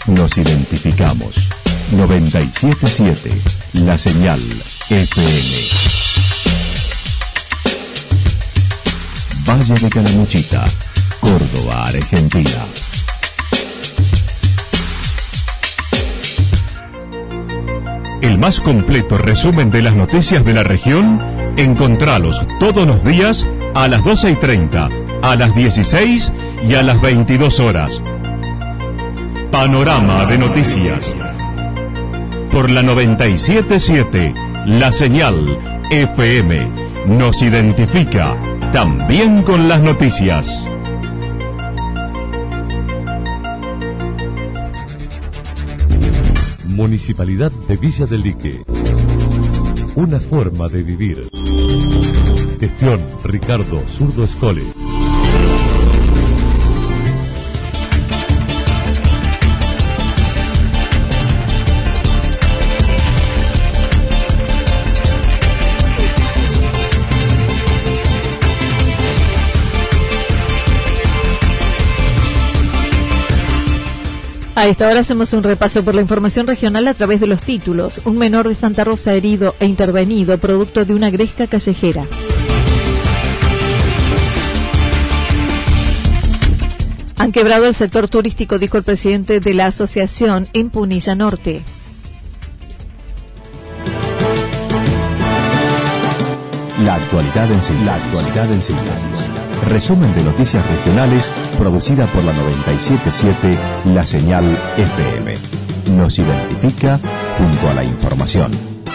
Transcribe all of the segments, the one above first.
Nos identificamos. 97.7, La Señal FM. Valle de Calamuchita, Córdoba, Argentina. El más completo resumen de las noticias de la región, encontralos todos los días a las 12:30, a las 16 y a las 22 horas. Panorama de noticias. Por la 97.7, La Señal FM nos identifica también con las noticias. Municipalidad de Villa del Lique. Una forma de vivir. Gestión Ricardo Zurdo Escole. A esta hora hacemos un repaso por la información regional a través de los títulos. Un menor de Santa Rosa herido e intervenido producto de una gresca callejera. Han quebrado el sector turístico, dijo el presidente de la asociación en Punilla Norte. La actualidad en síntesis. Resumen de noticias regionales producida por la 97.7 La Señal FM. Nos identifica junto a la información.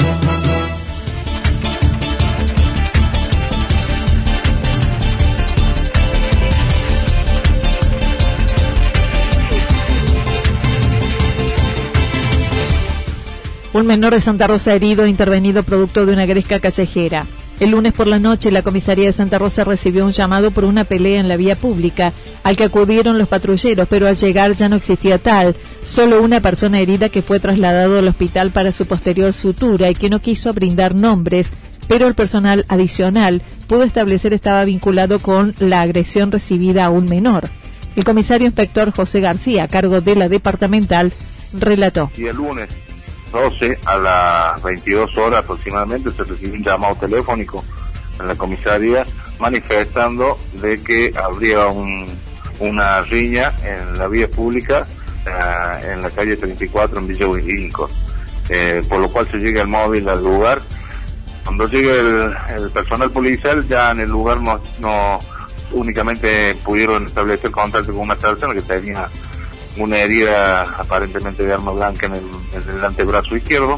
Un menor de Santa Rosa herido e intervenido producto de una gresca callejera. El lunes por la noche, la comisaría de Santa Rosa recibió un llamado por una pelea en la vía pública, al que acudieron los patrulleros, pero al llegar ya no existía tal. Solo una persona herida que fue trasladado al hospital para su posterior sutura y que no quiso brindar nombres, pero el personal adicional pudo establecer estaba vinculado con la agresión recibida a un menor. El comisario inspector José García, a cargo de la departamental, relató. Y el lunes 12 a las 22 horas aproximadamente se recibió un llamado telefónico en la comisaría manifestando de que habría una riña en la vía pública en la calle 34 en Villa Inco, por lo cual se llega el móvil al lugar. Cuando llega el personal policial, ya en el lugar no únicamente pudieron establecer contacto con una persona que tenía una herida aparentemente de arma blanca en el antebrazo izquierdo,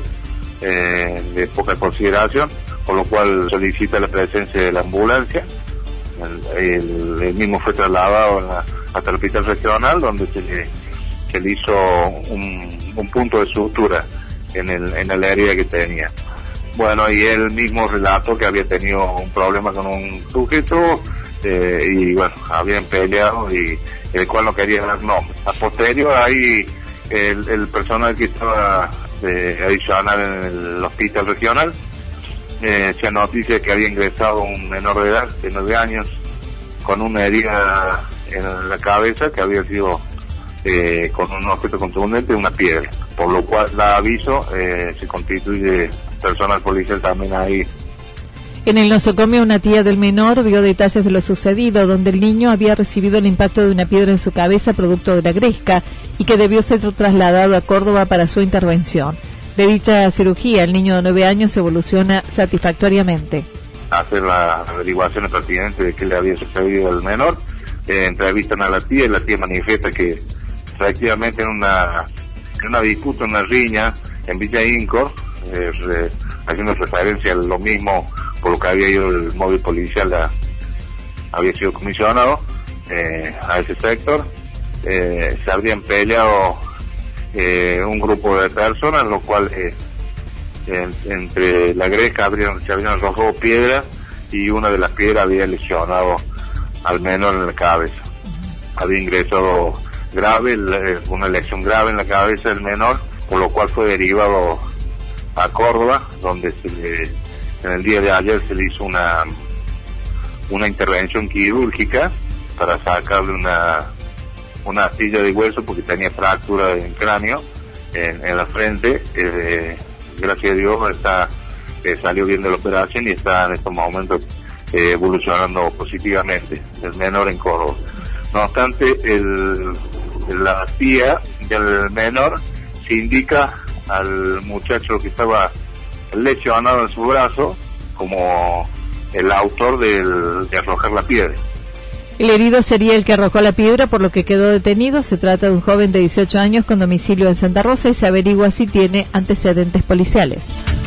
de poca consideración, por lo cual solicita la presencia de la ambulancia. El mismo fue trasladado hasta el hospital regional, donde se le hizo un punto de sutura en la herida que tenía. Bueno, y él mismo relató que había tenido un problema con un sujeto, y bueno, habían peleado y el cual no quería dar nombre. A posterior ahí el personal que estaba adicional en el hospital regional se noticia que había ingresado un menor de edad de 9 años con una herida en la cabeza que había sido con un objeto contundente, una piedra, por lo cual da aviso, se constituye personal policial también ahí. En el nosocomio, una tía del menor dio detalles de lo sucedido, donde el niño había recibido el impacto de una piedra en su cabeza producto de la gresca y que debió ser trasladado a Córdoba para su intervención. De dicha cirugía, el niño de 9 años evoluciona satisfactoriamente. Hacer las averiguaciones pertinentes de qué le había sucedido al menor, entrevistan a la tía y la tía manifiesta que efectivamente en una disputa, una riña en Villa Inco, haciendo referencia a lo mismo por lo que había ido el móvil policial, había sido comisionado a ese sector, se habrían peleado un grupo de personas, lo cual entre la gresca se habían arrojado piedras y una de las piedras había lesionado al menor en la cabeza. Había ingresado grave, una lesión grave en la cabeza del menor, por lo cual fue derivado a Córdoba, donde en el día de ayer se le hizo una intervención quirúrgica para sacarle una astilla de hueso porque tenía fractura en cráneo, en la frente. Gracias a Dios salió bien de la operación y está en estos momentos evolucionando positivamente, el menor en Córdoba. No obstante, la tía del menor se indica al muchacho que estaba lesionado en su brazo como el autor de arrojar la piedra. El herido sería el que arrojó la piedra, por lo que quedó detenido. Se trata de un joven de 18 años con domicilio en Santa Rosa y se averigua si tiene antecedentes policiales.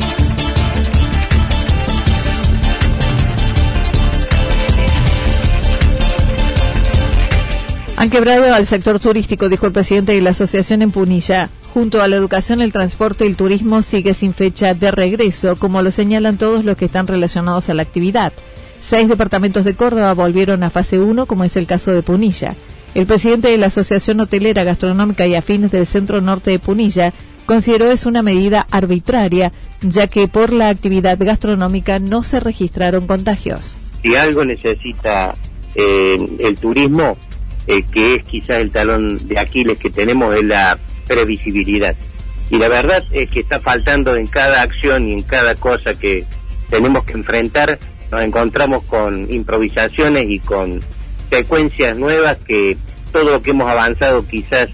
Han quebrado al sector turístico, dijo el presidente de la asociación en Punilla. Junto a la educación, el transporte y el turismo sigue sin fecha de regreso, como lo señalan todos los que están relacionados a la actividad. 6 departamentos de Córdoba volvieron a fase 1, como es el caso de Punilla. El presidente de la Asociación Hotelera, Gastronómica y Afines del Centro Norte de Punilla consideró es una medida arbitraria, ya que por la actividad gastronómica no se registraron contagios. Si algo necesita el turismo, que es quizás el talón de Aquiles que tenemos, es la previsibilidad. Y la verdad es que está faltando en cada acción y en cada cosa que tenemos que enfrentar. Nos encontramos con improvisaciones y con secuencias nuevas que todo lo que hemos avanzado quizás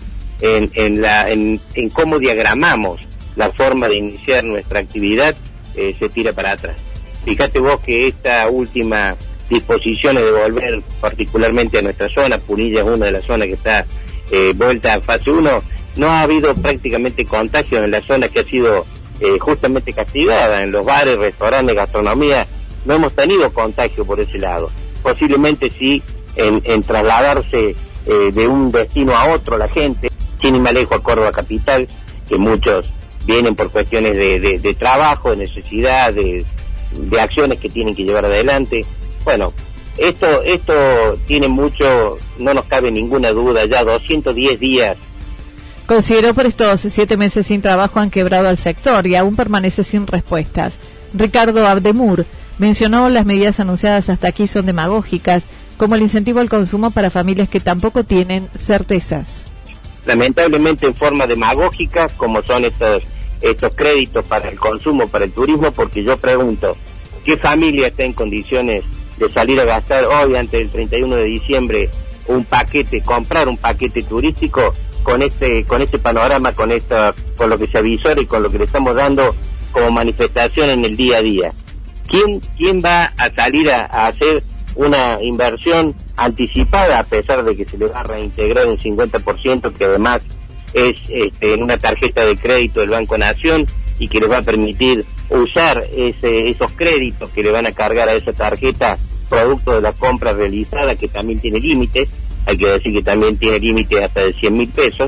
en cómo diagramamos la forma de iniciar nuestra actividad se tira para atrás. Fíjate vos que esta última disposiciones de volver particularmente a nuestra zona, Punilla es una de las zonas que está vuelta a fase 1, no ha habido prácticamente contagios en la zona que ha sido justamente castigada, en los bares, restaurantes, gastronomía, no hemos tenido contagio por ese lado. Posiblemente sí en trasladarse de un destino a otro la gente, sin ir más lejos a Córdoba capital, que muchos vienen por cuestiones de trabajo, de necesidad, de acciones que tienen que llevar adelante. Bueno, esto tiene mucho, no nos cabe ninguna duda, ya 210 días. Consideró por estos 7 meses sin trabajo han quebrado al sector y aún permanece sin respuestas. Ricardo Abdemur mencionó las medidas anunciadas hasta aquí son demagógicas, como el incentivo al consumo para familias que tampoco tienen certezas. Lamentablemente en forma demagógica, como son estos créditos para el consumo, para el turismo, porque yo pregunto, ¿qué familia está en condiciones de salir a gastar hoy antes del 31 de diciembre comprar un paquete turístico con este panorama, con lo que se avisora y con lo que le estamos dando como manifestación en el día a día? ¿Quién va a salir a hacer una inversión anticipada, a pesar de que se le va a reintegrar un 50%, que además es en una tarjeta de crédito del Banco Nación y que les va a permitir usar esos créditos que le van a cargar a esa tarjeta producto de la compra realizada, que también tiene límites? Hay que decir que también tiene límites hasta de 100.000 pesos.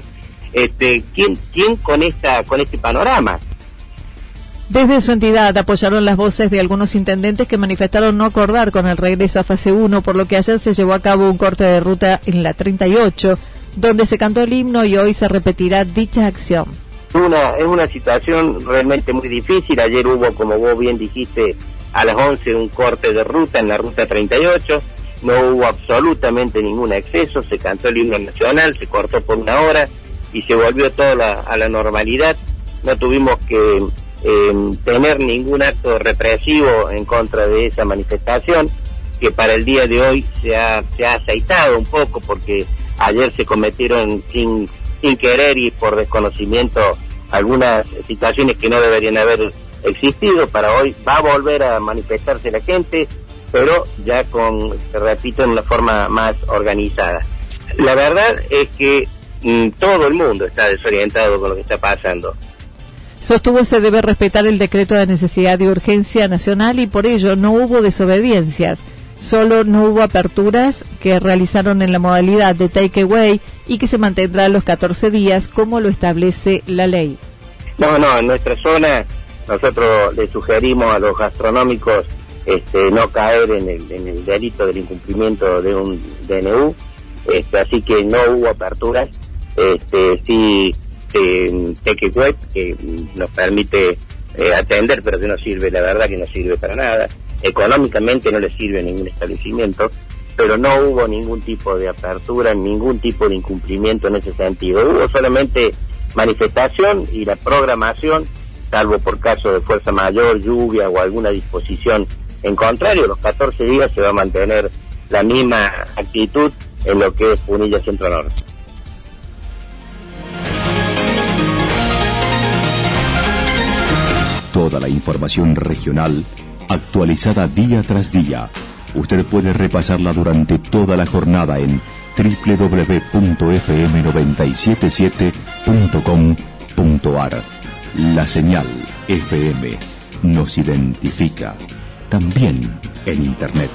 ¿Quién con este panorama? Desde su entidad apoyaron las voces de algunos intendentes que manifestaron no acordar con el regreso a fase 1, por lo que ayer se llevó a cabo un corte de ruta en la 38, donde se cantó el himno y hoy se repetirá dicha acción. Es una situación realmente muy difícil. Ayer hubo, como vos bien dijiste, a las 11 un corte de ruta en la ruta 38, no hubo absolutamente ningún exceso, se cantó el himno nacional, se cortó por 1 hora y se volvió todo a la normalidad. No tuvimos que tener ningún acto represivo en contra de esa manifestación, que para el día de hoy se ha aceitado un poco, porque ayer se cometieron sin querer y por desconocimiento algunas situaciones que no deberían haber existido. Para hoy va a volver a manifestarse la gente, pero ya repito, en una forma más organizada. La verdad es que todo el mundo está desorientado con lo que está pasando. Sostuvo se debe respetar el decreto de necesidad de urgencia nacional y por ello no hubo desobediencias. Solo no hubo aperturas que realizaron en la modalidad de takeaway y que se mantendrá los 14 días como lo establece la ley. No, en nuestra zona nosotros le sugerimos a los gastronómicos no caer en el delito del incumplimiento de un DNU, así que no hubo aperturas. Sí, takeaway que nos permite atender, pero que no sirve, la verdad que no sirve para nada. Económicamente no le sirve a ningún establecimiento. pero no hubo ningún tipo de apertura, ningún tipo de incumplimiento en ese sentido. Hubo solamente manifestación y la programación, salvo por caso de fuerza mayor, lluvia o alguna disposición en contrario. Los 14 días se va a mantener la misma actitud en lo que es Punilla Centro Norte. Toda la información regional actualizada día tras día. Usted puede repasarla durante toda la jornada en www.fm977.com.ar. La señal FM nos identifica, también en Internet.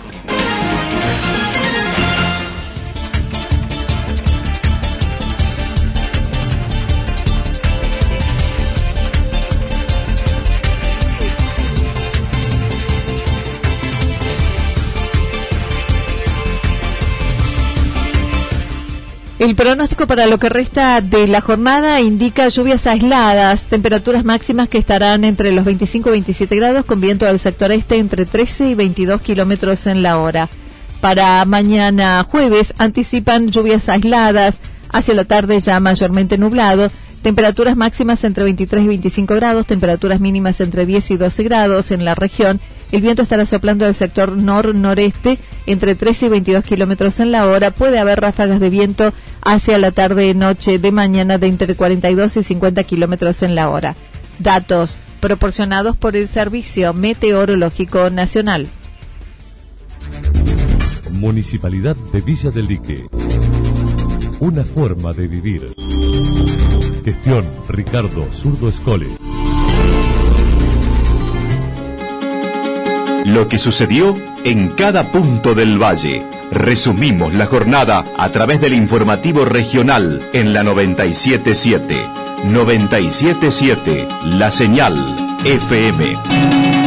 El pronóstico para lo que resta de la jornada indica lluvias aisladas, temperaturas máximas que estarán entre los 25 y 27 grados, con viento del sector este entre 13 y 22 kilómetros en la hora. Para mañana jueves anticipan lluvias aisladas, hacia la tarde ya mayormente nublado, temperaturas máximas entre 23 y 25 grados, temperaturas mínimas entre 10 y 12 grados en la región. El viento estará soplando del sector nor-noreste entre 13 y 22 kilómetros en la hora. Puede haber ráfagas de viento hacia la tarde-noche de mañana de entre 42 y 50 kilómetros en la hora. Datos proporcionados por el Servicio Meteorológico Nacional. Municipalidad de Villa del Lique. Una forma de vivir. Gestión Ricardo Zurdo Escole. Lo que sucedió en cada punto del valle. Resumimos la jornada a través del informativo regional en la 97.7. 97.7, la señal FM.